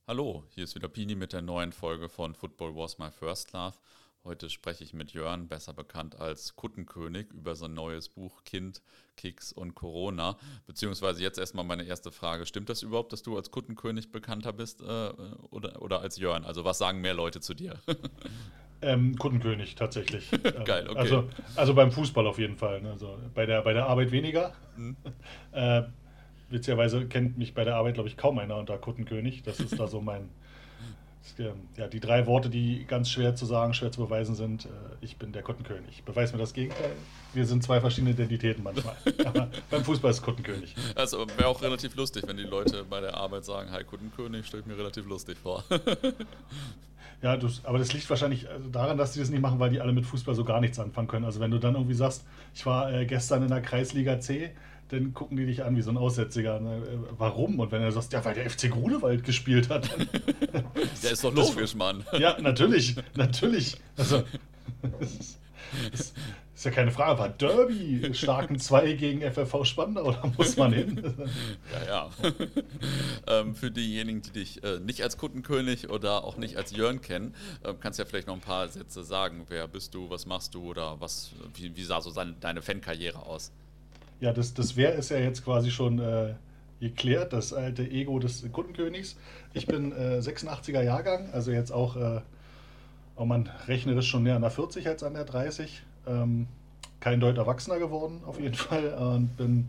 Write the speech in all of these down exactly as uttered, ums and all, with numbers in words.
Hallo, hier ist wieder Pini mit der neuen Folge von Football Was My First Love. Heute spreche ich mit Jörn, besser bekannt als Kuttenkönig, über sein neues Buch Kind, Kicks und Corona. Beziehungsweise jetzt erstmal meine erste Frage. Stimmt das überhaupt, dass du als Kuttenkönig bekannter bist äh, oder, oder als Jörn? Also was sagen mehr Leute zu dir? Ähm, Kuttenkönig tatsächlich. Ähm, Geil, okay. also, also beim Fußball auf jeden Fall. Ne? Also bei der, bei der Arbeit weniger. Hm? Äh, Witzigerweise kennt mich bei der Arbeit, glaube ich, kaum einer unter Kuttenkönig. Das ist da so mein. ähm, Ja, die drei Worte, die ganz schwer zu sagen, schwer zu beweisen sind. Äh, ich bin der Kuttenkönig. Beweis mir das Gegenteil. Wir sind zwei verschiedene Identitäten manchmal. Aber beim Fußball ist Kuttenkönig. Also wäre auch relativ lustig, wenn die Leute bei der Arbeit sagen, hi Kuttenkönig, stelle ich mir relativ lustig vor. Ja, du, aber das liegt wahrscheinlich also daran, dass die das nicht machen, weil die alle mit Fußball so gar nichts anfangen können. Also wenn du dann irgendwie sagst, ich war äh, gestern in der Kreisliga C, dann gucken die dich an wie so ein Aussätziger. Ne? Äh, warum? Und wenn du sagst, ja, weil der F C Grunewald gespielt hat. Dann, Ja, ist doch das, logisch, Mann. ja, natürlich, natürlich. Also, das ist, das ist ja keine Frage. War Derby starken zwei gegen F F V Spandau, da muss man hin. Ja, ja. ähm, für diejenigen, die dich äh, nicht als Kuttenkönig oder auch nicht als Jörn kennen, äh, kannst du ja vielleicht noch ein paar Sätze sagen. Wer bist du, was machst du oder was, wie, wie sah so seine, deine Fankarriere aus? Ja, das, das Wer ist ja jetzt quasi schon äh, geklärt, das alte Ego des Kuttenkönigs. Ich bin äh, sechsundachtziger Jahrgang, also jetzt auch, äh, oh man rechnerisch schon näher an der vierzig als an der dreißig. Ähm, kein Deut Erwachsener geworden, auf jeden Fall. Und bin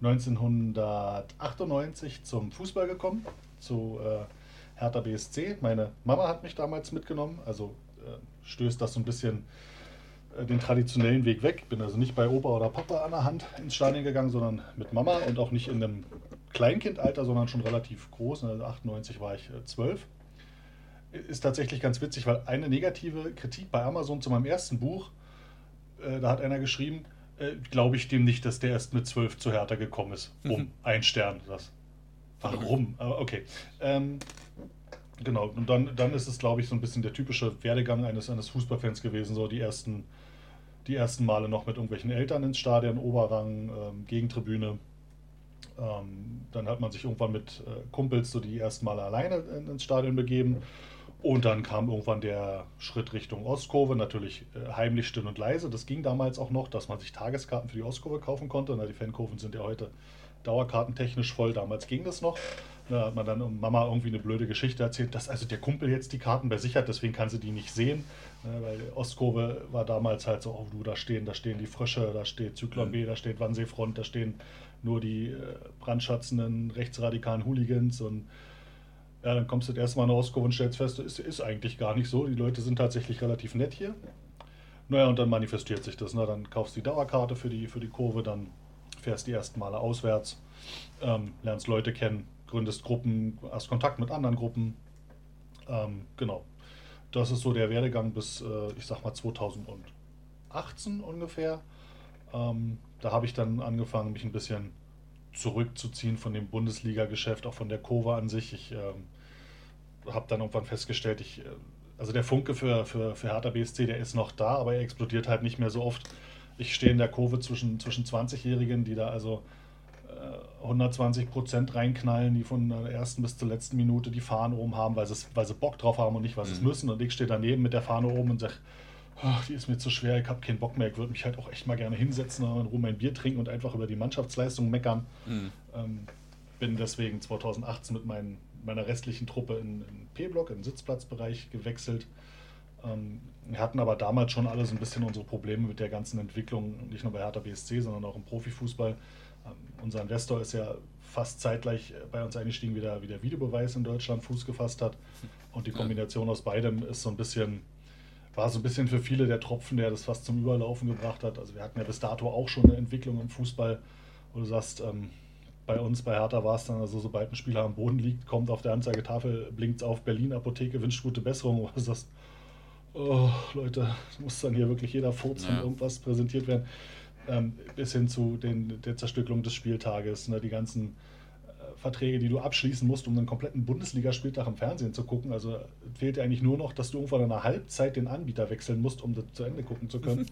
neunzehnhundertachtundneunzig zum Fußball gekommen, zu äh, Hertha B S C. Meine Mama hat mich damals mitgenommen, also äh, stößt das so ein bisschen äh, den traditionellen Weg weg. Bin also nicht bei Opa oder Papa an der Hand ins Stadion gegangen, sondern mit Mama und auch nicht in einem Kleinkindalter, sondern schon relativ groß. Also achtundneunzig war ich äh, zwölf. Ist tatsächlich ganz witzig, weil eine negative Kritik bei Amazon zu meinem ersten Buch, äh, da hat einer geschrieben, äh, glaube ich dem nicht, dass der erst mit zwölf zu Hertha gekommen ist. Um ein Stern. Das. Warum? Aber okay. Ähm, genau, und dann, dann ist es, glaube ich, so ein bisschen der typische Werdegang eines, eines Fußballfans gewesen, so die ersten die ersten Male noch mit irgendwelchen Eltern ins Stadion, Oberrang, ähm, Gegentribüne. Ähm, dann hat man sich irgendwann mit äh, Kumpels so die ersten Male alleine in, ins Stadion begeben. Und dann kam irgendwann der Schritt Richtung Ostkurve, natürlich äh, heimlich, still und leise. Das ging damals auch noch, dass man sich Tageskarten für die Ostkurve kaufen konnte. Na, die Fankurven sind ja heute dauerkartentechnisch voll. Damals ging das noch. Da hat man dann Mama irgendwie eine blöde Geschichte erzählt, dass also der Kumpel jetzt die Karten bei sich hat, deswegen kann sie die nicht sehen. Ne, weil Ostkurve war damals halt so, oh du, da stehen, da stehen die Frösche, da steht Zyklon Mhm. B, da steht Wannseefront, da stehen nur die äh, brandschatzenden rechtsradikalen Hooligans und ja, dann kommst du das erste Mal in der Ostkurve und stellst fest, ist, ist eigentlich gar nicht so. Die Leute sind tatsächlich relativ nett hier. Naja, und dann manifestiert sich das. Ne? Dann kaufst du die Dauerkarte für die, für die Kurve, dann fährst die ersten Male auswärts, ähm, lernst Leute kennen, gründest Gruppen, hast Kontakt mit anderen Gruppen. Ähm, genau. Das ist so der Werdegang bis, äh, ich sag mal, zweitausendachtzehn ungefähr. Ähm, da habe ich dann angefangen, mich ein bisschen zurückzuziehen von dem Bundesliga-Geschäft, auch von der Kurve an sich. Ich ähm, habe dann irgendwann festgestellt, ich, äh, also der Funke für, für, für Hertha B S C, der ist noch da, aber er explodiert halt nicht mehr so oft. Ich stehe in der Kurve zwischen, zwischen zwanzig-Jährigen, die da also äh, hundertzwanzig Prozent reinknallen, die von der ersten bis zur letzten Minute die Fahne oben haben, weil, weil sie Bock drauf haben und nicht, weil sie es Mhm. müssen. Und ich stehe daneben mit der Fahne oben und sage, ach, die ist mir zu schwer, ich habe keinen Bock mehr, ich würde mich halt auch echt mal gerne hinsetzen, in Ruhe mein Bier trinken und einfach über die Mannschaftsleistung meckern. Mhm. Ähm, Bin deswegen zweitausendachtzehn mit meinen, meiner restlichen Truppe in, in P-Block, im Sitzplatzbereich gewechselt. Ähm, wir hatten aber damals schon alle so ein bisschen unsere Probleme mit der ganzen Entwicklung, nicht nur bei Hertha B S C, sondern auch im Profifußball. Ähm, unser Investor ist ja fast zeitgleich bei uns eingestiegen, wie der, wie der Videobeweis in Deutschland Fuß gefasst hat. Und die Ja. Kombination aus beidem ist so ein bisschen, war so ein bisschen für viele der Tropfen, der das fast zum Überlaufen gebracht hat. Also wir hatten ja bis dato auch schon eine Entwicklung im Fußball, wo du sagst, ähm, bei uns, bei Hertha war es dann also, sobald ein Spieler am Boden liegt, kommt auf der Anzeigetafel, blinkt es auf, Berlin Apotheke wünscht gute Besserung. Wo du sagst, oh, Leute, muss dann hier wirklich jeder Furz von Ja. irgendwas präsentiert werden. Ähm, bis hin zu den, der Zerstückelung des Spieltages, ne, die ganzen äh, Verträge, die du abschließen musst, um einen kompletten Bundesligaspieltag im Fernsehen zu gucken. Also fehlt dir eigentlich nur noch, dass du irgendwann in einer Halbzeit den Anbieter wechseln musst, um das zu Ende gucken zu können.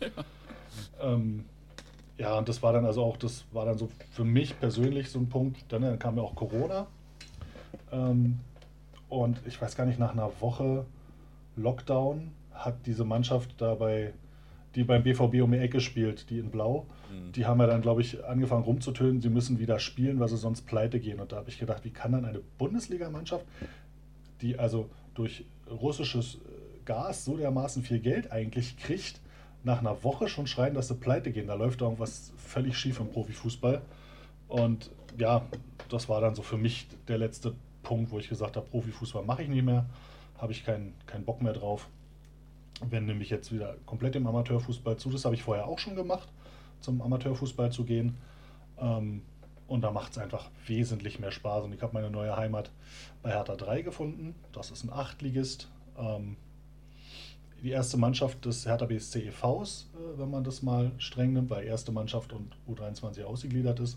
Ähm, ja, und das war dann also auch, das war dann so für mich persönlich so ein Punkt. Dann, dann kam ja auch Corona. Ähm, Und ich weiß gar nicht, nach einer Woche Lockdown hat diese Mannschaft dabei, die beim B V B um die Ecke spielt, die in Blau, Mhm. die haben ja dann, glaube ich, angefangen rumzutönen, sie müssen wieder spielen, weil sie sonst pleite gehen. Und da habe ich gedacht, wie kann dann eine Bundesligamannschaft, die also durch russisches äh, Gas so dermaßen viel Geld eigentlich kriegt, nach einer Woche schon schreien, dass sie pleite gehen. Da läuft irgendwas völlig schief im Profifußball. Und ja, das war dann so für mich der letzte Punkt, wo ich gesagt habe, Profifußball mache ich nicht mehr, habe ich keinen keinen Bock mehr drauf. Wende mich jetzt wieder komplett dem Amateurfußball zu. Das habe ich vorher auch schon gemacht, zum Amateurfußball zu gehen. Ähm, und da macht es einfach wesentlich mehr Spaß. Und ich habe meine neue Heimat bei Hertha drei gefunden. Das ist ein Achtligist. Ähm, die erste Mannschaft des Hertha B S C e Vs, äh, wenn man das mal streng nimmt, weil erste Mannschaft und U dreiundzwanzig ausgegliedert ist.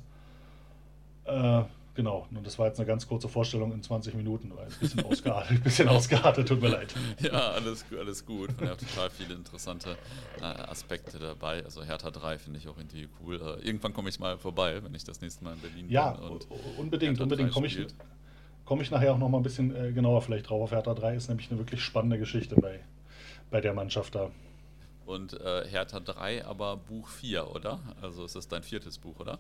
Äh, genau, und das war jetzt eine ganz kurze Vorstellung in zwanzig Minuten, weil ein bisschen ausgeartet, ein bisschen ausgeartet, tut mir leid. Ja, alles, gu- alles gut. Und ja, total viele interessante äh, Aspekte dabei. Also Hertha drei finde ich auch irgendwie cool. Äh, irgendwann komme ich mal vorbei, wenn ich das nächste Mal in Berlin Ja, bin und unbedingt, Hertha unbedingt drei komme ich, spielt. komme ich nachher auch noch mal ein bisschen äh, genauer vielleicht drauf. Auf Hertha drei ist nämlich eine wirklich spannende Geschichte bei, bei der Mannschaft da. Und äh, Hertha drei, aber Buch vier, oder? Also es ist dein viertes Buch, oder?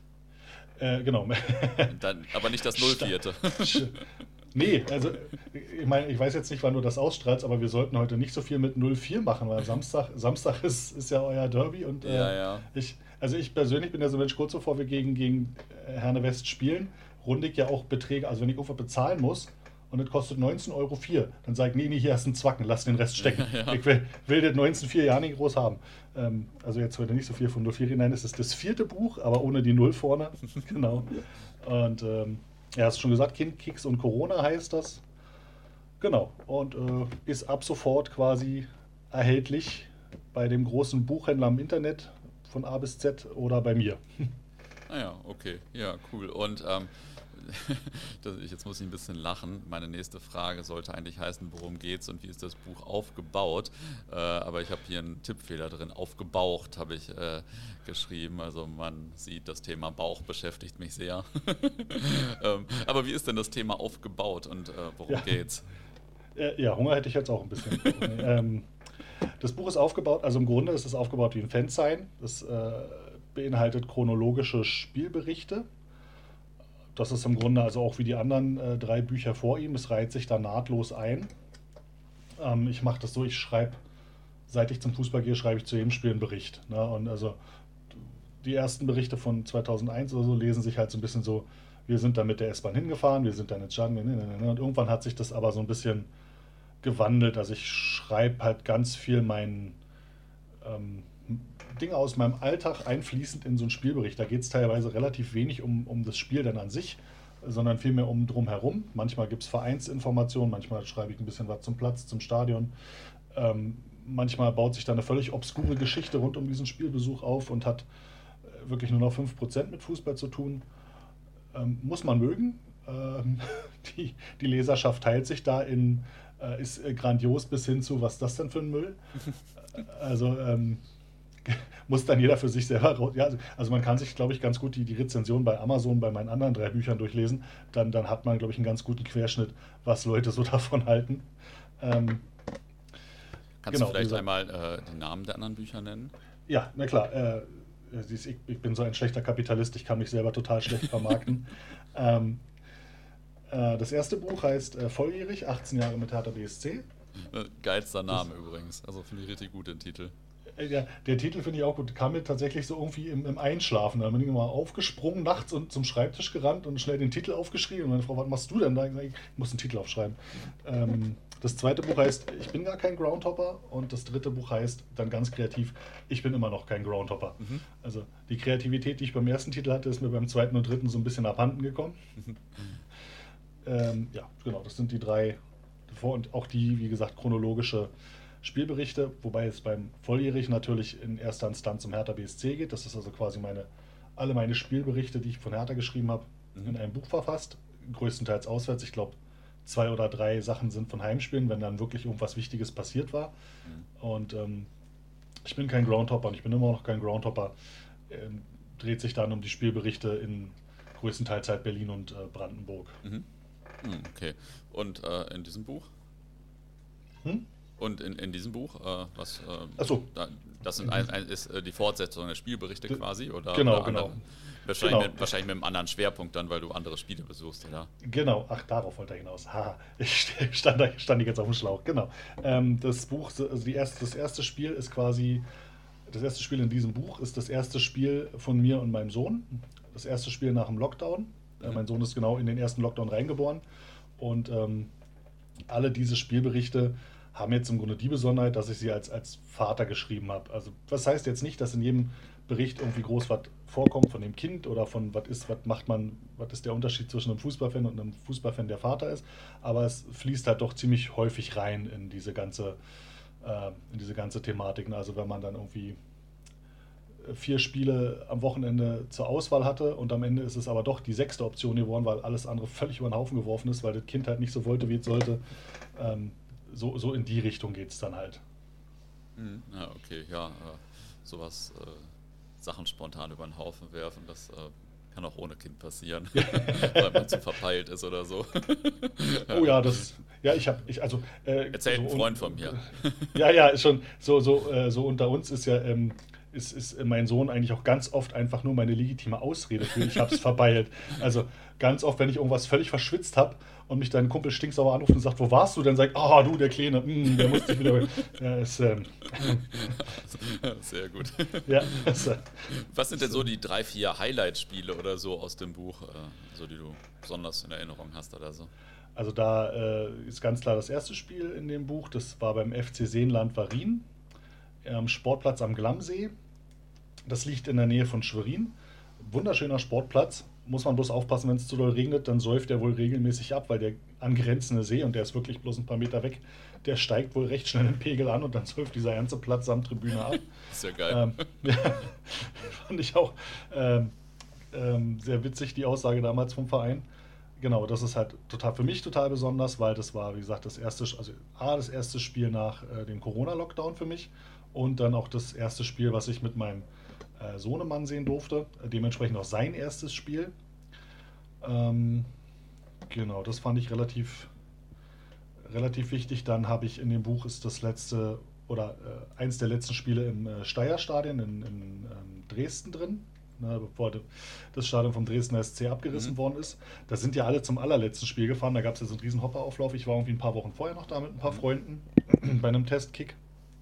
Äh, genau. Dann, aber nicht das Sta- null vierte. Sch- Nee, also ich meine, ich weiß jetzt nicht, wann du das ausstrahlst, aber wir sollten heute nicht so viel mit null vier machen, weil Samstag, Samstag ist, ist ja euer Derby und äh, Ja, ja. ich, also ich persönlich bin ja so ein Mensch, kurz bevor wir gegen, gegen äh, Herne West spielen, runde ich ja auch Beträge, also wenn ich irgendwas bezahlen muss und das kostet neunzehn Euro vier, dann sage ich, nee, nee, hier hast du einen Zwacken, lass den Rest stecken. Ja, ja. Ich will, will das neunzehn vier ja nicht groß haben. Ähm, also jetzt heute nicht so viel von null vier reden, nein, es ist das vierte Buch, aber ohne die Null vorne. Genau. Und ähm, ja, hast du schon gesagt, Kind, Keks und Corona heißt das. Genau. Und äh, ist ab sofort quasi erhältlich bei dem großen Buchhändler im Internet von A bis Z oder bei mir. Ah ja, okay. Ja, cool. Und ähm, das, ich- jetzt muss ich ein bisschen lachen. Meine nächste Frage sollte eigentlich heißen, worum geht's und wie ist das Buch aufgebaut? Äh, aber ich habe hier einen Tippfehler drin. Aufgebaucht habe ich äh, geschrieben. Also man sieht, das Thema Bauch beschäftigt mich sehr. ähm, aber wie ist denn das Thema aufgebaut und äh, worum Ja, geht's? äh, ja, Hunger hätte ich jetzt auch ein bisschen. ähm, das Buch ist aufgebaut, also im Grunde ist es aufgebaut wie ein Fansign. Es äh, beinhaltet chronologische Spielberichte. Das ist im Grunde also auch wie die anderen äh, drei Bücher vor ihm. Es reiht sich da nahtlos ein. Ähm, ich mache das so, ich schreibe, seit ich zum Fußball gehe, schreibe ich zu jedem Spiel einen Bericht. Ne? Und also die ersten Berichte von zweitausendeins oder so lesen sich halt so ein bisschen so, wir sind da mit der S-Bahn hingefahren, wir sind dann ins Stadion, ne, ne, ne, ne. Und irgendwann hat sich das aber so ein bisschen gewandelt. Also ich schreibe halt ganz viel mein ähm, Dinge aus meinem Alltag einfließend in so einen Spielbericht. Da geht es teilweise relativ wenig um, um das Spiel dann an sich, sondern vielmehr um drumherum. Manchmal gibt es Vereinsinformationen, manchmal schreibe ich ein bisschen was zum Platz, zum Stadion. Ähm, manchmal baut sich da eine völlig obskure Geschichte rund um diesen Spielbesuch auf und hat äh, wirklich nur noch fünf Prozent mit Fußball zu tun. Ähm, muss man mögen. Ähm, die, die Leserschaft teilt sich da in, äh, ist äh, grandios bis hin zu, was ist das denn für ein Müll? Also ähm, muss dann jeder für sich selber raus. Ja, also, also man kann sich, glaube ich, ganz gut die, die Rezension bei Amazon bei meinen anderen drei Büchern durchlesen. Dann, dann hat man, glaube ich, einen ganz guten Querschnitt, was Leute so davon halten. Ähm, Kannst du genau, vielleicht dieser, einmal äh, den Namen der anderen Bücher nennen? ja, na klar. Äh, siehst, ich, ich bin so ein schlechter Kapitalist, ich kann mich selber total schlecht vermarkten. ähm, äh, das erste Buch heißt äh, Volljährig, achtzehn Jahre mit Hertha B S C. Äh, geilster Das, Name übrigens. Also finde ich richtig gut den Titel. äh, ja, der Titel finde ich auch gut. Kam mir tatsächlich so irgendwie im, im Einschlafen. Da bin ich mal aufgesprungen nachts und zum Schreibtisch gerannt und schnell den Titel aufgeschrieben. Und meine Frau, was machst du denn da? Ich, sag, ich muss einen Titel aufschreiben. Ähm, das zweite Buch heißt Ich bin gar kein Groundhopper. Und das dritte Buch heißt dann ganz kreativ Ich bin immer noch kein Groundhopper. Mhm. Also die Kreativität, die ich beim ersten Titel hatte, ist mir beim zweiten und dritten so ein bisschen abhanden gekommen. Ähm, ja, genau, das sind die drei vor und auch die, wie gesagt, chronologische Spielberichte, wobei es beim Volljährig natürlich in erster Instanz um Hertha B S C geht. Das ist also quasi meine, alle meine Spielberichte, die ich von Hertha geschrieben habe, Mhm. in einem Buch verfasst. Größtenteils auswärts. Ich glaube, zwei oder drei Sachen sind von Heimspielen, wenn dann wirklich irgendwas Wichtiges passiert war. Mhm. Und ähm, ich bin kein Groundhopper und ich bin immer noch kein Groundhopper. Ähm, dreht sich dann um die Spielberichte in größtenteils halt Berlin und äh, Brandenburg. Mhm. Hm, okay. Und äh, in diesem Buch? Hm? Und in, in diesem Buch, äh, was, äh, Achso, da, das sind ein, ein, ist äh, die Fortsetzung der Spielberichte D- quasi? Oder, genau, oder andere, genau. wahrscheinlich, Genau, mit, wahrscheinlich mit einem anderen Schwerpunkt dann, weil du andere Spiele besuchst, oder? genau. Ach, darauf wollte er hinaus. Haha, ich stand, da- stand ich jetzt auf dem Schlauch. Genau. Ähm, das Buch, also die erste, das erste Spiel ist quasi, das erste Spiel in diesem Buch ist das erste Spiel von mir und meinem Sohn. Das erste Spiel nach dem Lockdown. Äh, Mhm. mein Sohn ist genau in den ersten Lockdown reingeboren. Und ähm, alle diese Spielberichte haben jetzt im Grunde die Besonderheit, dass ich sie als, als Vater geschrieben habe. Also das heißt jetzt nicht, dass in jedem Bericht irgendwie groß was vorkommt von dem Kind oder von was ist, was macht man, was ist der Unterschied zwischen einem Fußballfan und einem Fußballfan, der Vater ist. Aber es fließt halt doch ziemlich häufig rein in diese ganze, äh, in diese ganze Thematik. Also wenn man dann irgendwie vier Spiele am Wochenende zur Auswahl hatte und am Ende ist es aber doch die sechste Option geworden, weil alles andere völlig über den Haufen geworfen ist, weil das Kind halt nicht so wollte, wie es sollte. Ähm, so, so in die Richtung geht es dann halt. Mhm. Ja, okay, ja. Äh, sowas, äh, Sachen spontan über den Haufen werfen, das äh, kann auch ohne Kind passieren, weil man zu verpeilt ist oder so. Oh ja, das, ja, ich habe, ich, also, äh, Erzählt so ein un- Freund von mir. ja, ja, ist schon so, so, äh, so unter uns ist ja, ähm, ist, ist mein Sohn eigentlich auch ganz oft einfach nur meine legitime Ausrede für, ich habe es verpeilt. Also ganz oft, wenn ich irgendwas völlig verschwitzt habe und mich dein Kumpel stinksauer anruft und sagt, wo warst du? Dann sag ich, ah, du, der Kleine, mm, der musste ich wieder. Ja, ist, ähm, Sehr gut. ja, ist, äh, Was sind denn so die drei, vier Highlight-Spiele oder so aus dem Buch, äh, so die du besonders in Erinnerung hast oder so? also da äh, ist ganz klar das erste Spiel in dem Buch, das war beim F C Seenland Varin, am Sportplatz am Glamsee. Das liegt in der Nähe von Schwerin. Wunderschöner Sportplatz. Muss man bloß aufpassen, wenn es zu doll regnet, dann säuft der wohl regelmäßig ab, weil der angrenzende See, und der ist wirklich bloß ein paar Meter weg, der steigt wohl recht schnell den Pegel an und dann säuft dieser ganze Platz samt Tribüne ab. Ist ja geil. Ähm, ja, fand ich auch ähm, ähm, sehr witzig, die Aussage damals vom Verein. Genau, das ist halt total für mich total besonders, weil das war, wie gesagt, das erste, also A, das erste Spiel nach äh, dem Corona-Lockdown für mich und dann auch das erste Spiel, was ich mit meinem äh, Sohnemann sehen durfte. Äh, dementsprechend auch sein erstes Spiel. Ähm, genau, das fand ich relativ, relativ wichtig. Dann habe ich in dem Buch ist das letzte oder äh, eins der letzten Spiele im äh, Steierstadion in, in ähm, Dresden drin, ne, bevor de, das Stadion vom Dresdner S C abgerissen Mhm. worden ist. Da sind ja alle zum allerletzten Spiel gefahren. Da gab es ja so einen riesen Hopperauflauf. Ich war irgendwie ein paar Wochen vorher noch da mit ein paar Mhm. Freunden bei einem Testkick.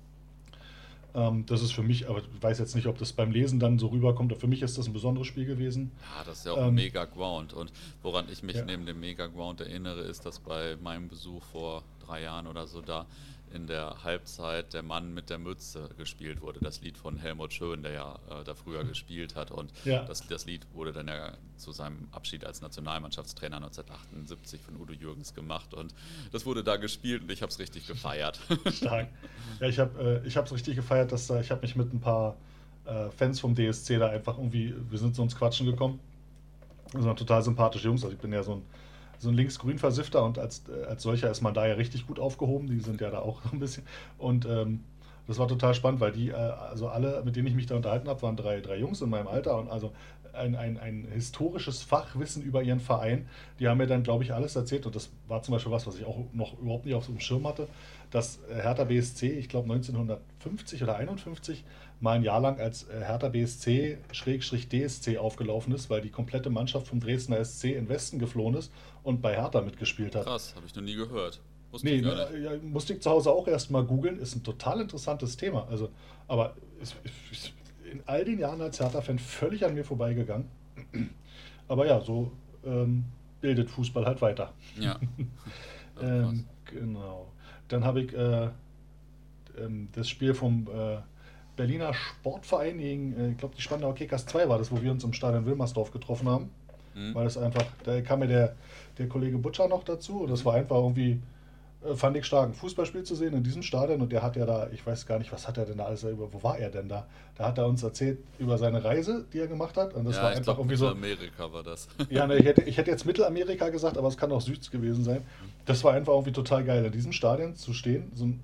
Ähm, das ist für mich, aber ich weiß jetzt nicht, ob das beim Lesen dann so rüberkommt. Aber für mich ist das ein besonderes Spiel gewesen. Ja, das ist ja auch ein Ähm, Mega Ground. Und woran ich mich ja. neben dem Mega Ground erinnere, ist, dass bei meinem Besuch vor drei Jahren oder so da in der Halbzeit der Mann mit der Mütze gespielt wurde. Das Lied von Helmut Schön, der ja äh, da früher gespielt hat. Und Ja. das, das Lied wurde dann ja zu seinem Abschied als Nationalmannschaftstrainer neunzehnhundertachtundsiebzig von Udo Jürgens gemacht. Und das wurde da gespielt und ich habe es richtig gefeiert. Stark. Ja, ich habe äh, ich es richtig gefeiert, dass da, ich habe mich mit ein paar äh, Fans vom D S C da einfach irgendwie, wir sind so ins Quatschen gekommen. Das waren total sympathische Jungs. Also ich bin ja so ein, so ein linksgrün Versiffter und als, äh, als solcher ist man da ja richtig gut aufgehoben. Die sind ja da auch so ein bisschen. Und ähm, das war total spannend, weil die, äh, also alle, mit denen ich mich da unterhalten habe, waren drei, drei Jungs in meinem Alter und also ein, ein, ein historisches Fachwissen über ihren Verein. Die haben mir dann, glaube ich, alles erzählt und das war zum Beispiel was, was ich auch noch überhaupt nicht auf dem Schirm hatte, dass äh, Hertha B S C, ich glaube neunzehnhundertfünfzig oder einundfünfzig, mal ein Jahr lang als äh, Hertha B S C-D S C aufgelaufen ist, weil die komplette Mannschaft vom Dresdner S C in den Westen geflohen ist und bei Hertha mitgespielt hat. Krass, habe ich noch nie gehört. Wusste Nee, ich gar nicht. äh, ja, musste ich zu Hause auch erst mal googeln, ist ein total interessantes Thema. Also, aber ist, ist in all den Jahren als Hertha-Fan völlig an mir vorbeigegangen. Aber ja, so ähm, bildet Fußball halt weiter. Ja. Ja, krass. Ähm, genau. Dann habe ich äh, ähm, das Spiel vom äh, Berliner Sportverein gegen, äh, ich glaube, die Spandauer Kickers zwei war das, wo wir uns im Stadion Wilmersdorf getroffen haben. Mhm. Weil es einfach, da kam mir der, der Kollege Butcher noch dazu und das war einfach irgendwie, äh, fand ich stark, ein Fußballspiel zu sehen in diesem Stadion und der hat ja da, ich weiß gar nicht, was hat er denn da alles über, wo war er denn da? Da hat er uns erzählt über seine Reise, die er gemacht hat und das Ja, war ich einfach glaube, irgendwie so, Mittelamerika war das. ja, ne, ich hätte, ich hätte jetzt Mittelamerika gesagt, aber es kann auch Süds gewesen sein. Das war einfach irgendwie total geil, in diesem Stadion zu stehen, so ein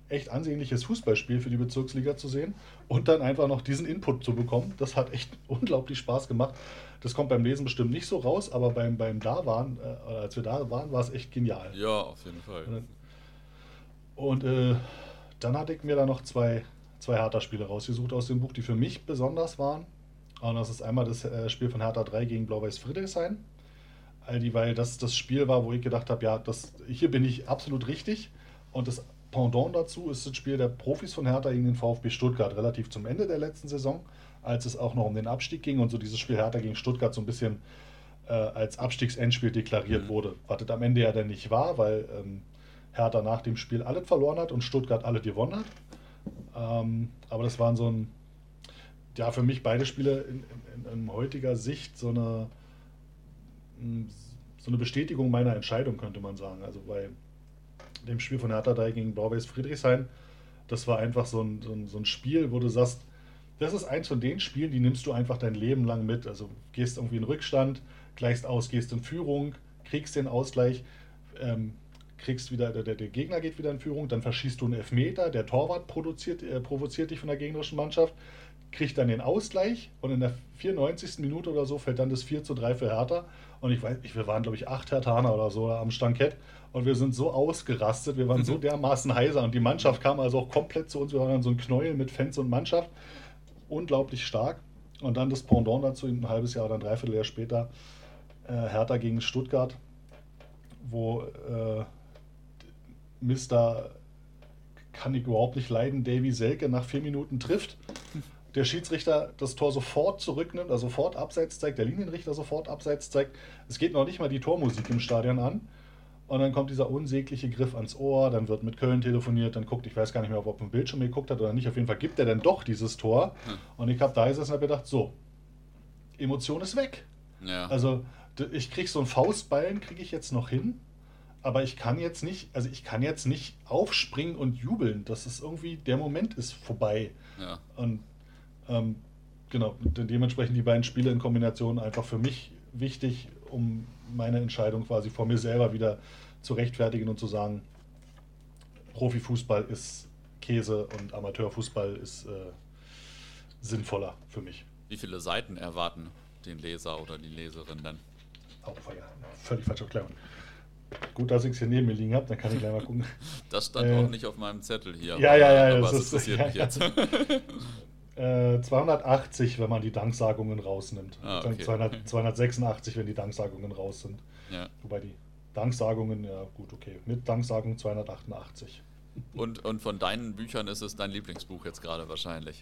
echt ansehnliches Fußballspiel für die Bezirksliga zu sehen und dann einfach noch diesen Input zu bekommen. Das hat echt unglaublich Spaß gemacht. Das kommt beim Lesen bestimmt nicht so raus, aber beim, beim da waren, äh, als wir da waren, war es echt genial. Ja, auf jeden Fall. Und äh, dann hatte ich mir da noch zwei, zwei Hertha-Spiele rausgesucht aus dem Buch, die für mich besonders waren. Und das ist einmal das äh, Spiel von Hertha drei gegen Blau-Weiß Friedrichshain. All die, weil das das Spiel war, wo ich gedacht habe, ja, das, hier bin ich absolut richtig. Und das Pendant dazu ist das Spiel der Profis von Hertha gegen den VfB Stuttgart, relativ zum Ende der letzten Saison, als es auch noch um den Abstieg ging und so dieses Spiel Hertha gegen Stuttgart so ein bisschen äh, als Abstiegsendspiel deklariert Mhm. wurde. Was das am Ende ja dann nicht war, weil ähm, Hertha nach dem Spiel alles verloren hat und Stuttgart alle gewonnen hat. Ähm, aber das waren so ein, ja, für mich beide Spiele in, in, in heutiger Sicht so eine, so eine Bestätigung meiner Entscheidung, könnte man sagen. Also bei dem Spiel von Hertha drei gegen Blau-Weiß Friedrichshain, das war einfach so ein, so, ein, so ein Spiel, wo du sagst, das ist eins von den Spielen, die nimmst du einfach dein Leben lang mit. Also gehst irgendwie in Rückstand, gleichst aus, gehst in Führung, kriegst den Ausgleich, ähm, kriegst wieder, der, der Gegner geht wieder in Führung, dann verschießt du einen Elfmeter, der Torwart produziert, äh, provoziert dich von der gegnerischen Mannschaft, kriegt dann den Ausgleich und in der vierundneunzigsten Minute oder so fällt dann das vier zu drei für Hertha. Und ich weiß, ich, wir waren, glaube ich, acht Herthaner oder so am Stankett und wir sind so ausgerastet, wir waren so dermaßen heiser und die Mannschaft kam also auch komplett zu uns, wir waren dann so ein Knäuel mit Fans und Mannschaft, unglaublich stark. Und dann das Pendant dazu, ein halbes Jahr oder ein Dreivierteljahr später, äh, Hertha gegen Stuttgart, wo äh, Mister kann ich überhaupt nicht leiden, Davy Selke nach vier Minuten trifft. Der Schiedsrichter das Tor sofort zurücknimmt, also sofort abseits zeigt, der Linienrichter sofort abseits zeigt. Es geht noch nicht mal die Tormusik im Stadion an. Und dann kommt dieser unsägliche Griff ans Ohr, dann wird mit Köln telefoniert, dann guckt, ich weiß gar nicht mehr, ob er auf dem Bildschirm geguckt hat oder nicht, auf jeden Fall gibt er dann doch dieses Tor. Hm. Und ich habe da gesessen und habe gedacht, so, Emotion ist weg. Ja. Also d- ich kriege so einen Faustballen, kriege ich jetzt noch hin, aber ich kann jetzt nicht, also ich kann jetzt nicht aufspringen und jubeln. Das ist irgendwie, der Moment ist vorbei. Ja. Und ähm, genau, de- dementsprechend die beiden Spiele in Kombination einfach für mich wichtig, um meine Entscheidung quasi vor mir selber wieder zu rechtfertigen und zu sagen, Profifußball ist Käse und Amateurfußball ist äh, sinnvoller für mich. Wie viele Seiten erwarten den Leser oder die Leserin denn? Auch war ja völlig falsche Erklärung. Gut, dass ich es hier neben mir liegen habe, dann kann ich gleich mal gucken. Das stand Äh, auch nicht auf meinem Zettel hier. ja, ja, ja, aber das es ist- interessiert ja, mich ja. jetzt. Äh, zweihundertachtzig, wenn man die Danksagungen rausnimmt. Ah, Dann okay. zweihundert, zweihundertsechsundachtzig, wenn die Danksagungen raus sind. Ja. Wobei die Danksagungen, ja gut, okay. Mit Danksagung zweihundertachtundachtzig. Und, und von deinen Büchern ist es dein Lieblingsbuch jetzt gerade wahrscheinlich.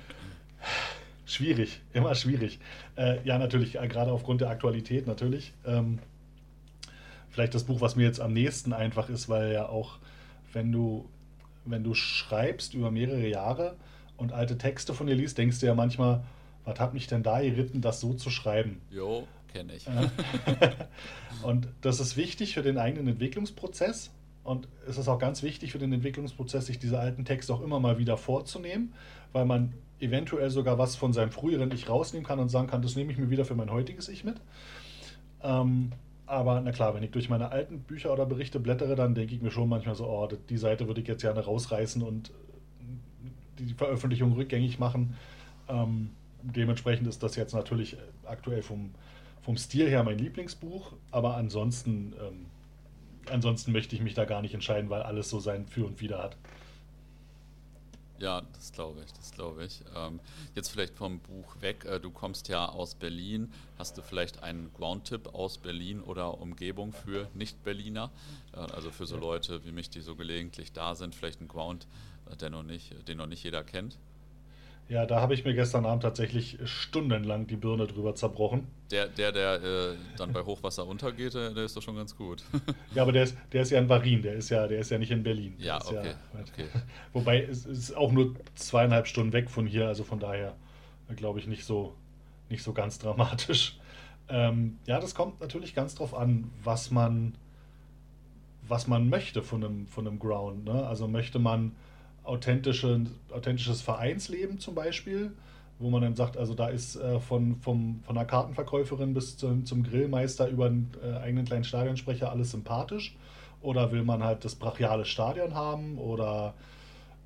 Schwierig, immer schwierig. Äh, ja, natürlich, äh, gerade aufgrund der Aktualität natürlich. Ähm, vielleicht das Buch, was mir jetzt am nächsten einfach ist, weil ja auch, wenn du, wenn du schreibst über mehrere Jahre und alte Texte von dir liest, denkst du ja manchmal, was hat mich denn da geritten, das so zu schreiben? Jo, kenne ich. Ja. Und das ist wichtig für den eigenen Entwicklungsprozess. Und es ist auch ganz wichtig für den Entwicklungsprozess, sich diese alten Texte auch immer mal wieder vorzunehmen, weil man eventuell sogar was von seinem früheren Ich rausnehmen kann und sagen kann, das nehme ich mir wieder für mein heutiges Ich mit. Ähm, aber na klar, wenn ich durch meine alten Bücher oder Berichte blättere, dann denke ich mir schon manchmal so, oh, die Seite würde ich jetzt gerne rausreißen und die Veröffentlichung rückgängig machen. Ähm, dementsprechend ist das jetzt natürlich aktuell vom, vom Stil her mein Lieblingsbuch, aber ansonsten, ähm, ansonsten möchte ich mich da gar nicht entscheiden, weil alles so sein Für und Wider hat. Ja, das glaube ich, das glaube ich. Ähm, jetzt vielleicht vom Buch weg. Äh, du kommst ja aus Berlin. Hast du vielleicht einen Ground-Tipp aus Berlin oder Umgebung für Nicht-Berliner? Äh, also für so Ja. Leute wie mich, die so gelegentlich da sind, vielleicht ein Ground, äh, der noch nicht, den noch nicht jeder kennt. Ja, da habe ich mir gestern Abend tatsächlich stundenlang die Birne drüber zerbrochen. Der, der, der äh, dann bei Hochwasser untergeht, der, der ist doch schon ganz gut. Ja, aber der ist, der ist ja in Varin, der ist ja, der ist ja nicht in Berlin. Der Ja, ist okay, okay. Wobei es ist auch nur zweieinhalb Stunden weg von hier, also von daher glaube ich nicht so, nicht so ganz dramatisch. Ähm, ja, das kommt natürlich ganz drauf an, was man, was man möchte von einem, von einem Ground. Ne? Also möchte man authentische, authentisches Vereinsleben zum Beispiel, wo man dann sagt, also da ist äh, von, vom, von der Kartenverkäuferin bis zum, zum Grillmeister über einen äh, eigenen kleinen Stadionsprecher alles sympathisch. Oder will man halt das brachiale Stadion haben oder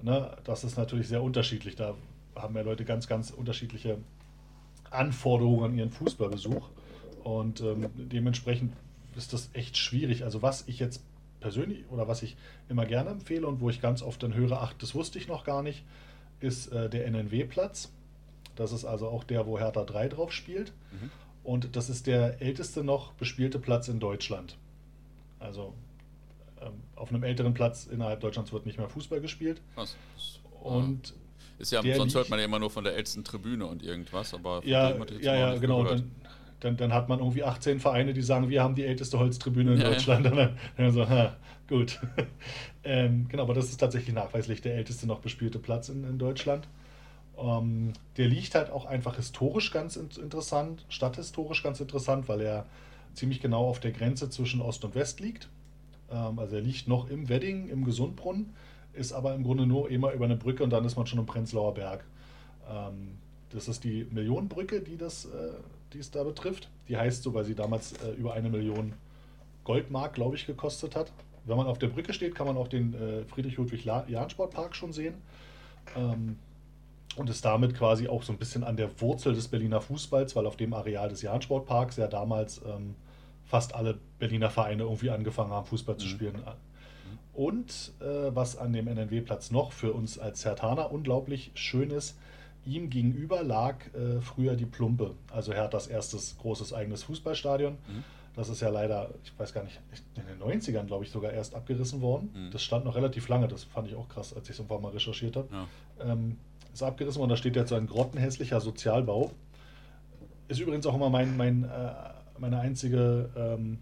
Ne? Das ist natürlich sehr unterschiedlich. Da haben ja Leute ganz, ganz unterschiedliche Anforderungen an ihren Fußballbesuch. Und ähm, dementsprechend ist das echt schwierig. Also was ich jetzt persönlich oder was ich immer gerne empfehle und wo ich ganz oft dann höre, ach, das wusste ich noch gar nicht, ist äh, der N N W-Platz. Das ist also auch der, wo Hertha drei drauf spielt. Mhm. Und das ist der älteste noch bespielte Platz in Deutschland. Also ähm, auf einem älteren Platz innerhalb Deutschlands wird nicht mehr Fußball gespielt. Was? Das, äh, Und ist ja, der sonst hört liegt, man ja immer nur von der ältesten Tribüne und irgendwas, aber von ja, dem hatte ich jetzt ja, noch ja, nicht genau. gehört. Dann, dann, dann hat man irgendwie achtzehn Vereine, die sagen, wir haben die älteste Holztribüne in Ja, ja. Deutschland. Und dann, dann so, ha, gut. ähm, genau, aber das ist tatsächlich nachweislich der älteste noch bespielte Platz in, in Deutschland. Ähm, der liegt halt auch einfach historisch ganz in, interessant, stadthistorisch ganz interessant, weil er ziemlich genau auf der Grenze zwischen Ost und West liegt. Ähm, also er liegt noch im Wedding, im Gesundbrunnen, ist aber im Grunde nur immer über eine Brücke und dann ist man schon im Prenzlauer Berg. Ähm, das ist die Millionenbrücke, die, das, äh, die es da betrifft. Die heißt so, weil sie damals äh, über eine Million Goldmark, glaube ich, gekostet hat. Wenn man auf der Brücke steht, kann man auch den äh, Friedrich-Ludwig-Jahn-Sportpark schon sehen. Ähm, und ist damit quasi auch so ein bisschen an der Wurzel des Berliner Fußballs, weil auf dem Areal des Jahn-Sportparks ja damals ähm, fast alle Berliner Vereine irgendwie angefangen haben, Fußball zu Mhm. spielen. Mhm. Und äh, was an dem N N W-Platz noch für uns als Herthaner unglaublich schön ist, ihm gegenüber lag äh, früher die Plumpe, also Herthas erstes großes eigenes Fußballstadion. Mhm. Das ist ja leider, ich weiß gar nicht, in den neunzigern, glaube ich, sogar erst abgerissen worden. Mhm. Das stand noch relativ lange, das fand ich auch krass, als ich es irgendwann mal recherchiert habe. Ja. Ähm, ist abgerissen worden, da steht jetzt so ein grottenhässlicher Sozialbau. Ist übrigens auch immer mein, mein, äh, meine einzige, ähm,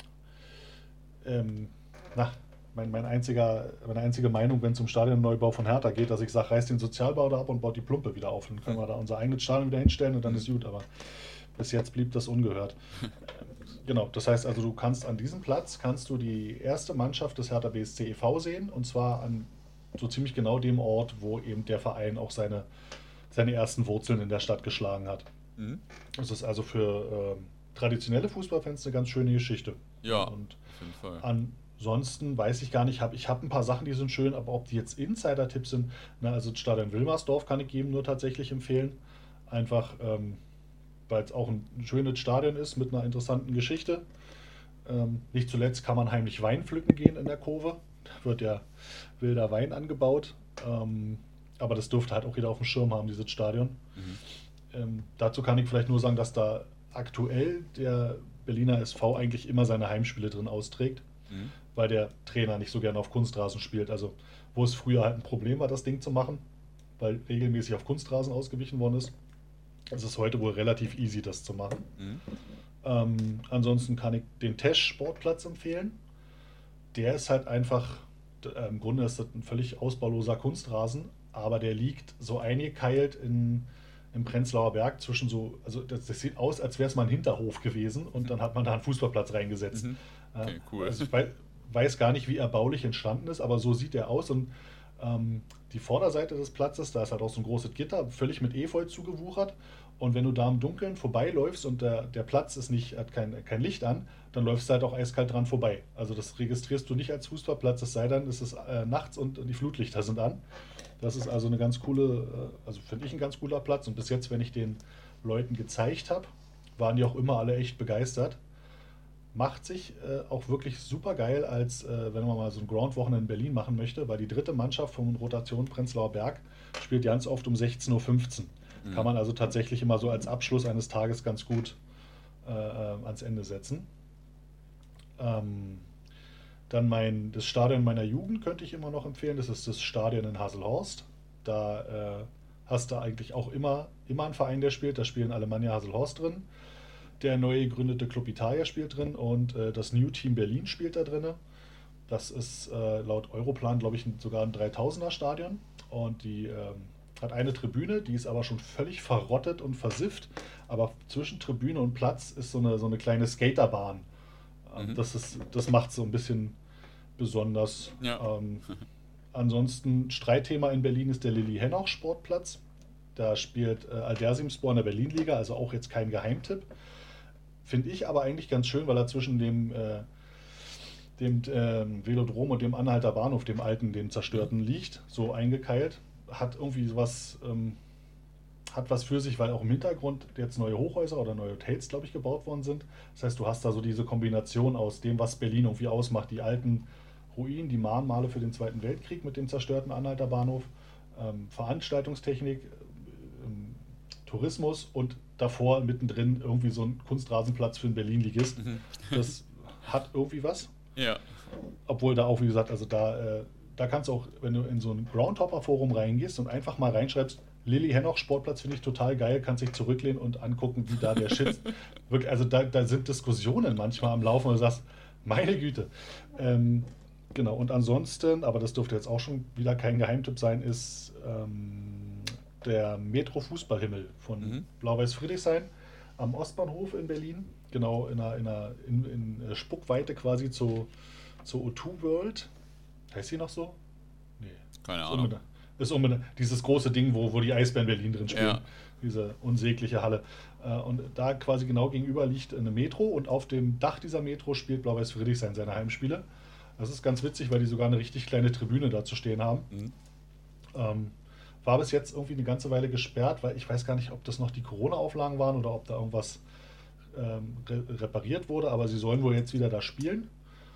ähm, na, mein, mein einziger, meine einzige Meinung, wenn es um Stadionneubau von Hertha geht, dass ich sage, reißt den Sozialbau da ab und baut die Plumpe wieder auf. Dann können wir da unser eigenes Stadion wieder hinstellen und dann ist gut, aber bis jetzt blieb das ungehört. Genau, das heißt also, du kannst an diesem Platz, kannst du die erste Mannschaft des Hertha B S C e V sehen und zwar an so ziemlich genau dem Ort, wo eben der Verein auch seine, seine ersten Wurzeln in der Stadt geschlagen hat. Mhm. Das ist also für ähm, traditionelle Fußballfans eine ganz schöne Geschichte. Ja, Und auf jeden Fall. ansonsten weiß ich gar nicht, hab, ich habe ein paar Sachen, die sind schön, aber ob die jetzt Insider-Tipps sind, na, also das Stadion Wilmersdorf kann ich jedem nur tatsächlich empfehlen. Einfach, ähm, weil es auch ein, ein schönes Stadion ist mit einer interessanten Geschichte. Ähm, nicht zuletzt kann man heimlich Wein pflücken gehen in der Kurve. Da wird ja wilder Wein angebaut. Ähm, aber das dürfte halt auch jeder auf dem Schirm haben, dieses Stadion. Mhm. Ähm, dazu kann ich vielleicht nur sagen, dass da aktuell der Berliner S V eigentlich immer seine Heimspiele drin austrägt, Mhm. weil der Trainer nicht so gerne auf Kunstrasen spielt. Also wo es früher halt ein Problem war, das Ding zu machen, weil regelmäßig auf Kunstrasen ausgewichen worden ist, ist es heute wohl relativ easy, das zu machen. Mhm. Ähm, ansonsten kann ich den Tesch Sportplatz empfehlen. Der ist halt einfach, d- äh, im Grunde ist das ein völlig ausbauloser Kunstrasen, aber der liegt so eingekeilt in, im Prenzlauer Berg zwischen so, also das, das sieht aus, als wäre es mal ein Hinterhof gewesen und dann hat man da einen Fußballplatz reingesetzt. Mhm. Äh, Okay, cool. Also ich weiß, weiß gar nicht, wie erbaulich entstanden ist, aber so sieht er aus und ähm, die Vorderseite des Platzes, da ist halt auch so ein großes Gitter, völlig mit Efeu zugewuchert. Und wenn du da im Dunkeln vorbeiläufst und der, der Platz ist nicht, hat kein, kein Licht an, dann läufst du halt auch eiskalt dran vorbei. Also das registrierst du nicht als Fußballplatz, es sei denn, es ist äh, nachts und die Flutlichter sind an. Das ist also eine ganz coole, äh, also finde ich ein ganz cooler Platz. Und bis jetzt, wenn ich den Leuten gezeigt habe, waren die auch immer alle echt begeistert. Macht sich äh, auch wirklich super geil, als äh, wenn man mal so ein Ground-Wochenende in Berlin machen möchte, weil die dritte Mannschaft von Rotation Prenzlauer Berg spielt ganz oft um sechzehn Uhr fünfzehn. Mhm. Kann man also tatsächlich immer so als Abschluss eines Tages ganz gut äh, äh, ans Ende setzen. Ähm, dann mein, das Stadion meiner Jugend könnte ich immer noch empfehlen. Das ist das Stadion in Haselhorst. Da äh, hast du eigentlich auch immer, immer einen Verein, der spielt. Da spielen Alemannia Haselhorst drin. Der neu gegründete Club Italia spielt drin und äh, das New Team Berlin spielt da drin. Das ist äh, laut Europlan, glaube ich, sogar ein dreitausender Stadion. Und die ähm, hat eine Tribüne, die ist aber schon völlig verrottet und versifft. Aber zwischen Tribüne und Platz ist so eine, so eine kleine Skaterbahn. Ähm, Mhm. das ist, das macht so ein bisschen besonders. Ja. Ähm, ansonsten Streitthema in Berlin ist der Lilly Henoch Sportplatz. Da spielt äh, Aldersimspor in der Berlin-Liga, also auch jetzt kein Geheimtipp. Finde ich aber eigentlich ganz schön, weil er zwischen dem, äh, dem ähm, Velodrom und dem Anhalter Bahnhof, dem alten, dem zerstörten, liegt, so eingekeilt. Hat irgendwie sowas, ähm, hat was für sich, weil auch im Hintergrund jetzt neue Hochhäuser oder neue Hotels, glaube ich, gebaut worden sind. Das heißt, du hast da so diese Kombination aus dem, was Berlin irgendwie ausmacht, die alten Ruinen, die Mahnmale für den Zweiten Weltkrieg mit dem zerstörten Anhalter Bahnhof, ähm, Veranstaltungstechnik, ähm, Tourismus und davor mittendrin irgendwie so ein Kunstrasenplatz für einen Berlin-Ligist. Mhm. Das hat irgendwie was. Ja. Obwohl da auch, wie gesagt, also da, äh, da kannst du auch, wenn du in so ein Groundhopper-Forum reingehst und einfach mal reinschreibst, Lilly Hennoch Sportplatz finde ich total geil, kannst dich zurücklehnen und angucken, wie da der Shit. Wirklich, also da, da sind Diskussionen manchmal am Laufen und du sagst, meine Güte. Ähm, genau, und ansonsten, aber das dürfte jetzt auch schon wieder kein Geheimtipp sein, ist ähm, der Metro-Fußballhimmel von Mhm. Blau-Weiß Friedrichshain am Ostbahnhof in Berlin. Genau, in einer, in einer in, in Spuckweite quasi zu, zur O zwei World. Heißt sie noch so? Nee. Keine Ist Ahnung. unbenannt. Ist unbenannt. Dieses große Ding, wo, wo die Eisbären Berlin drin spielen. Ja. Diese unsägliche Halle. Äh, Und da quasi genau gegenüber liegt eine Metro und auf dem Dach dieser Metro spielt Blau-Weiß Friedrichshain seine Heimspiele. Das ist ganz witzig, weil die sogar eine richtig kleine Tribüne da zu stehen haben. Mhm. Ähm, war bis jetzt irgendwie eine ganze Weile gesperrt, weil ich weiß gar nicht, ob das noch die Corona-Auflagen waren oder ob da irgendwas ähm, re repariert wurde, aber sie sollen wohl jetzt wieder da spielen.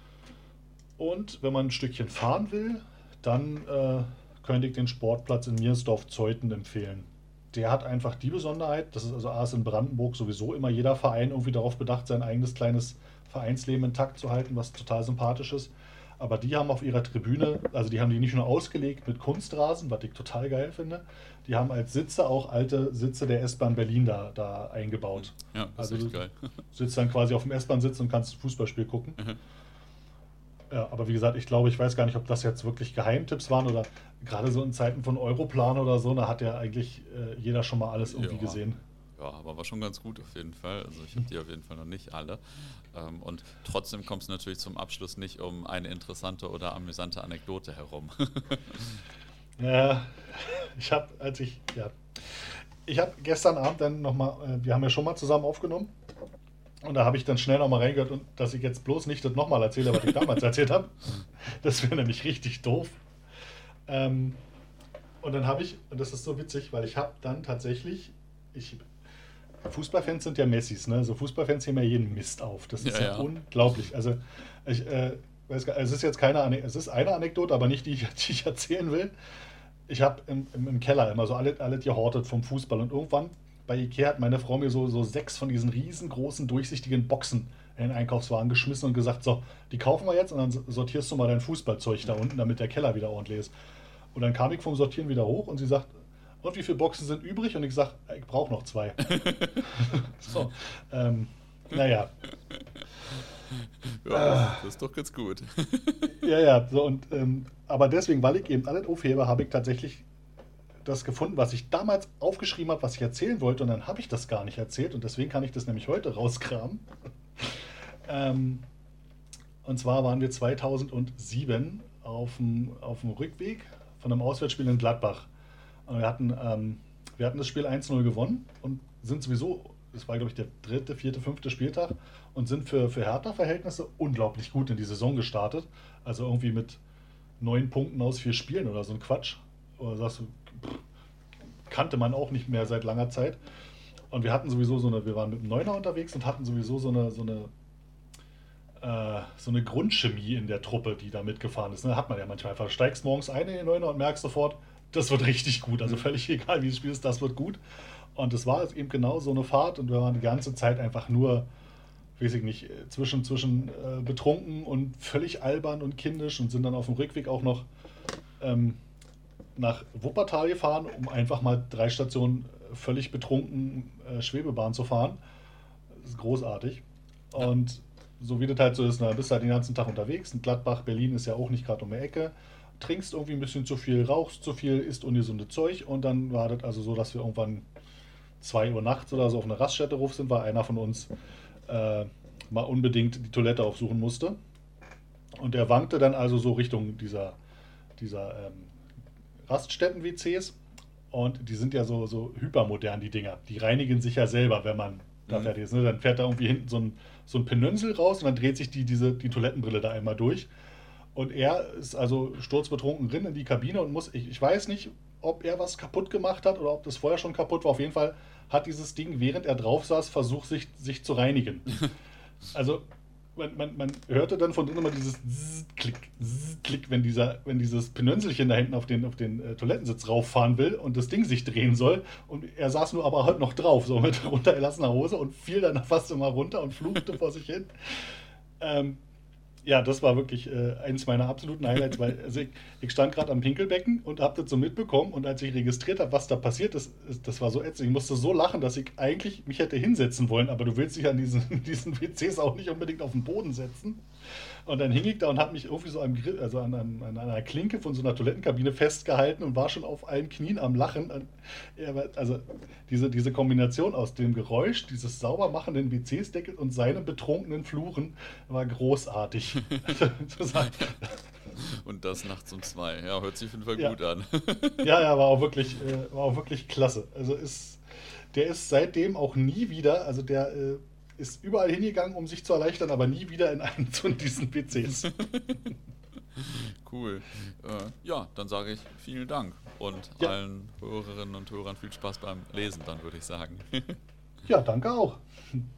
Und wenn man ein Stückchen fahren will, dann äh, könnte ich den Sportplatz in Miersdorf-Zeuthen empfehlen. Der hat einfach die Besonderheit, das ist also A ist in Brandenburg sowieso immer jeder Verein irgendwie darauf bedacht, sein eigenes kleines Vereinsleben intakt zu halten, was total sympathisch ist. Aber die haben auf ihrer Tribüne, also die haben die nicht nur ausgelegt mit Kunstrasen, was ich total geil finde, die haben als Sitze auch alte Sitze der S-Bahn Berlin da, da eingebaut. Ja, das ist Also echt du geil. sitzt dann quasi auf dem S-Bahn-Sitz und kannst ein Fußballspiel gucken. Mhm. Ja, aber wie gesagt, ich glaube, ich weiß gar nicht, ob das jetzt wirklich Geheimtipps waren oder gerade so in Zeiten von Europlan oder so, da hat ja eigentlich äh, jeder schon mal alles irgendwie Ja. gesehen. Ja, aber war schon ganz gut auf jeden Fall. Also ich habe die auf jeden Fall noch nicht alle. Ähm, und trotzdem kommt es natürlich zum Abschluss nicht um eine interessante oder amüsante Anekdote herum. Ja, ich habe, als ich, ja, ich habe gestern Abend dann nochmal, äh, wir haben ja schon mal zusammen aufgenommen und da habe ich dann schnell nochmal reingehört und dass ich jetzt bloß nicht das nochmal erzähle, was ich damals erzählt habe. Das wäre nämlich richtig doof. Ähm, und dann habe ich, und das ist so witzig, weil ich habe dann tatsächlich, ich, Fußballfans sind ja Messis, ne? So Fußballfans nehmen ja jeden Mist auf. Das ist Ja, ja, ja. unglaublich. Also, ich äh, weiß gar, es ist jetzt keine Ane es ist eine Anekdote, aber nicht die, ich- die ich erzählen will. Ich habe im, im, im Keller immer so alle, alle gehortet vom Fußball und irgendwann bei Ikea hat meine Frau mir so, so sechs von diesen riesengroßen, durchsichtigen Boxen in den Einkaufswagen geschmissen und gesagt, so, die kaufen wir jetzt und dann sortierst du mal dein Fußballzeug da unten, damit der Keller wieder ordentlich ist. Und dann kam ich vom Sortieren wieder hoch und sie sagt, und wie viele Boxen sind übrig? Und ich sage, ich brauche noch zwei. So, ähm, naja, Ja, das ist doch ganz gut. ja, ja, so und, ähm, aber deswegen, weil ich eben alles aufhebe, habe ich tatsächlich das gefunden, was ich damals aufgeschrieben habe, was ich erzählen wollte und dann habe ich das gar nicht erzählt und deswegen kann ich das nämlich heute rauskramen. Ähm, und zwar waren wir zweitausendsieben auf dem, auf dem Rückweg von einem Auswärtsspiel in Gladbach. Und wir hatten, ähm, wir hatten das Spiel eins null gewonnen und sind sowieso, das war glaube ich der dritte, vierte, fünfte Spieltag und sind für, für Hertha-Verhältnisse unglaublich gut in die Saison gestartet. Also irgendwie mit neun Punkten aus vier Spielen oder so ein Quatsch. Oder sagst du, pff, kannte man auch nicht mehr seit langer Zeit. Und wir hatten sowieso so eine, wir waren mit dem Neuner unterwegs und hatten sowieso so eine, so eine, äh, so eine Grundchemie in der Truppe, die da mitgefahren ist. Ne? Hat man ja manchmal einfach. Du steigst morgens ein in den Neuner und merkst sofort, das wird richtig gut. Also völlig egal, wie das Spiel ist, das wird gut. Und es war eben genau so eine Fahrt und wir waren die ganze Zeit einfach nur, weiß ich nicht, äh, zwischen, zwischen äh, betrunken und völlig albern und kindisch und sind dann auf dem Rückweg auch noch ähm, nach Wuppertal gefahren, um einfach mal drei Stationen äh, völlig betrunken äh, Schwebebahn zu fahren. Das ist großartig. Ja. Und so wie das halt so ist, na, bist halt den ganzen Tag unterwegs. Und Gladbach, Berlin ist ja auch nicht gerade um die Ecke. Trinkst irgendwie ein bisschen zu viel, rauchst zu viel, isst ungesunde Zeug. Und dann war das also so, dass wir irgendwann zwei Uhr nachts oder so auf eine Raststätte ruf sind, weil einer von uns äh, mal unbedingt die Toilette aufsuchen musste. Und der wankte dann also so Richtung dieser, dieser ähm, Raststätten-W Cs. Und die sind ja so, so hypermodern, die Dinger. Die reinigen sich ja selber, wenn man da Mhm. fertig ist. Ne? Dann fährt da irgendwie hinten so ein, so ein Pinönsel raus und dann dreht sich die, diese, die Toilettenbrille da einmal durch. Und er ist also sturzbetrunken drin in die Kabine und muss, ich, ich weiß nicht, ob er was kaputt gemacht hat oder ob das vorher schon kaputt war. Auf jeden Fall hat dieses Ding, während er drauf saß, versucht, sich, sich zu reinigen. Also man, man, man hörte dann von drinnen immer dieses Zzz, Klick, Zzz, Klick, wenn, dieser, wenn dieses Pinönselchen da hinten auf den, auf den äh, Toilettensitz rauffahren will und das Ding sich drehen soll. Und er saß nur aber halt noch drauf, so mit runtergelassener Hose und fiel dann fast immer runter und fluchte vor sich hin. Ähm, ja, das war wirklich äh, eins meiner absoluten Highlights, weil also ich, ich stand gerade am Pinkelbecken und habe das so mitbekommen und als ich registriert habe, was da passiert ist, ist, das war so ätzend. Ich musste so lachen, dass ich eigentlich mich hätte hinsetzen wollen, aber du willst dich an diesen, diesen W Cs auch nicht unbedingt auf den Boden setzen. Und dann hing ich da und habe mich irgendwie so am Grill, also an, an, an einer Klinke von so einer Toilettenkabine festgehalten und war schon auf allen Knien am Lachen. Und, ja, also diese, diese Kombination aus dem Geräusch, dieses sauber machenden W C-Deckels und seinem betrunkenen Fluchen war großartig. Und das nachts um zwei. Ja, hört sich auf jeden Fall Ja, gut an. ja, ja, war auch wirklich, äh, war auch wirklich klasse. Also ist, der ist seitdem auch nie wieder, also der äh, ist überall hingegangen, um sich zu erleichtern, aber nie wieder in einen von diesen W Cs. Cool. Äh, ja, dann sage ich vielen Dank und Ja, allen Hörerinnen und Hörern viel Spaß beim Lesen, dann würde ich sagen. ja, danke auch.